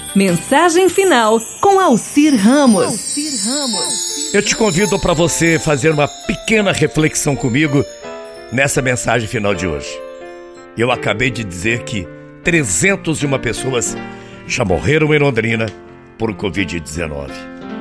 Mensagem final com Alcir Ramos. Eu te convido para você fazer uma pequena reflexão comigo nessa mensagem final de hoje. Eu acabei de dizer que 301 pessoas já morreram em Londrina por Covid-19.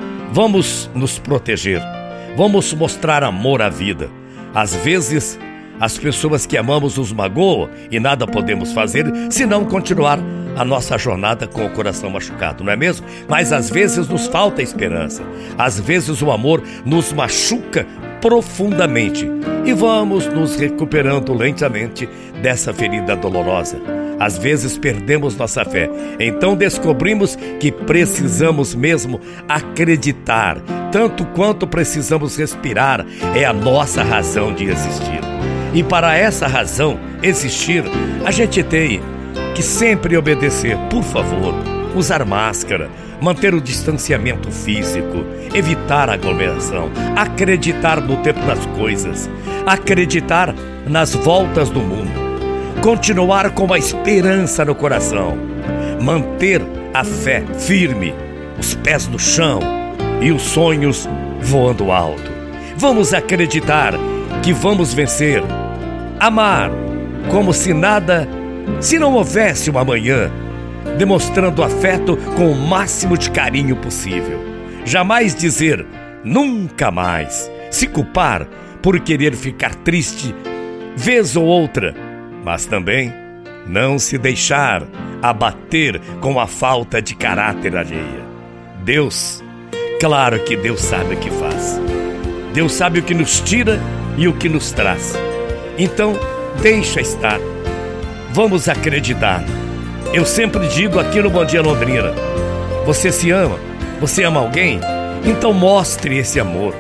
Vamos nos proteger, vamos mostrar amor à vida. Às vezes, as pessoas que amamos nos magoam e nada podemos fazer senão continuar a nossa jornada com o coração machucado, não é mesmo? Mas às vezes nos falta esperança, às vezes o amor nos machuca profundamente e vamos nos recuperando lentamente dessa ferida dolorosa. Às vezes perdemos nossa fé, então descobrimos que precisamos mesmo acreditar, tanto quanto precisamos respirar, é a nossa razão de existir. E para essa razão existir, a gente tem que sempre obedecer, por favor, usar máscara, manter o distanciamento físico, evitar a aglomeração, acreditar no tempo das coisas, acreditar nas voltas do mundo, continuar com a esperança no coração, manter a fé firme, os pés no chão e os sonhos voando alto. Vamos acreditar que vamos vencer, amar como se não houvesse um amanhã, demonstrando afeto com o máximo de carinho possível. Jamais dizer nunca mais, se culpar por querer ficar triste vez ou outra, mas também não se deixar abater com a falta de caráter alheia. Deus, claro que Deus sabe o que faz. Deus sabe o que nos tira e o que nos traz. Então, deixa estar. Vamos acreditar. Eu sempre digo aqui no Bom Dia Londrina: você se ama? Você ama alguém? Então mostre esse amor.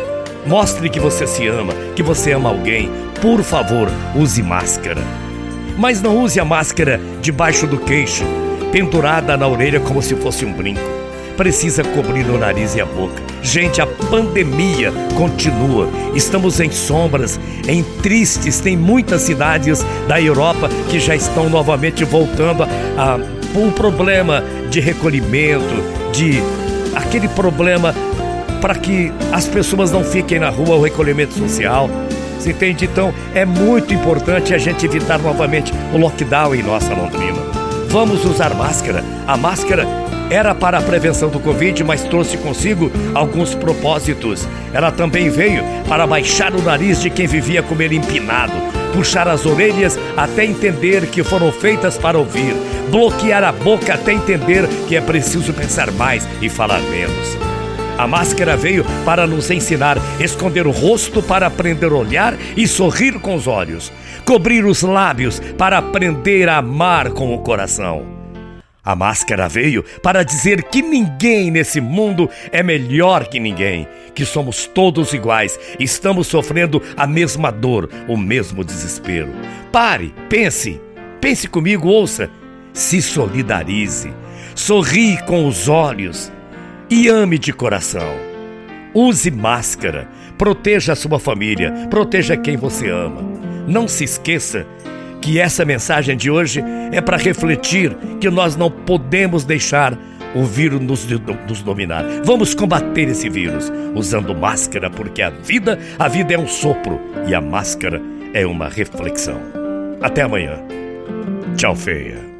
Mostre que você se ama, que você ama alguém. Por favor, use máscara. Mas não use a máscara debaixo do queixo, pendurada na orelha como se fosse um brinco. Precisa cobrir o nariz e a boca. Gente, a pandemia continua. Estamos em sombras, em tristes. Tem muitas cidades da Europa que já estão novamente voltando a um problema de recolhimento, de aquele problema para que as pessoas não fiquem na rua, o recolhimento social. Você entende? Então é muito importante a gente evitar novamente o lockdown em nossa Londrina. Vamos usar máscara. A máscara era para a prevenção do Covid, mas trouxe consigo alguns propósitos. Ela também veio para baixar o nariz de quem vivia com ele empinado, puxar as orelhas até entender que foram feitas para ouvir, bloquear a boca até entender que é preciso pensar mais e falar menos. A máscara veio para nos ensinar a esconder o rosto para aprender a olhar e sorrir com os olhos, cobrir os lábios para aprender a amar com o coração. A máscara veio para dizer que ninguém nesse mundo é melhor que ninguém, que somos todos iguais, estamos sofrendo a mesma dor, o mesmo desespero. Pare, pense comigo, ouça, se solidarize, sorri com os olhos e ame de coração. Use máscara, proteja a sua família, proteja quem você ama. Não se esqueça que essa mensagem de hoje é para refletir que nós não podemos deixar o vírus nos dominar. Vamos combater esse vírus usando máscara, porque a vida é um sopro e a máscara é uma reflexão. Até amanhã. Tchau, feia.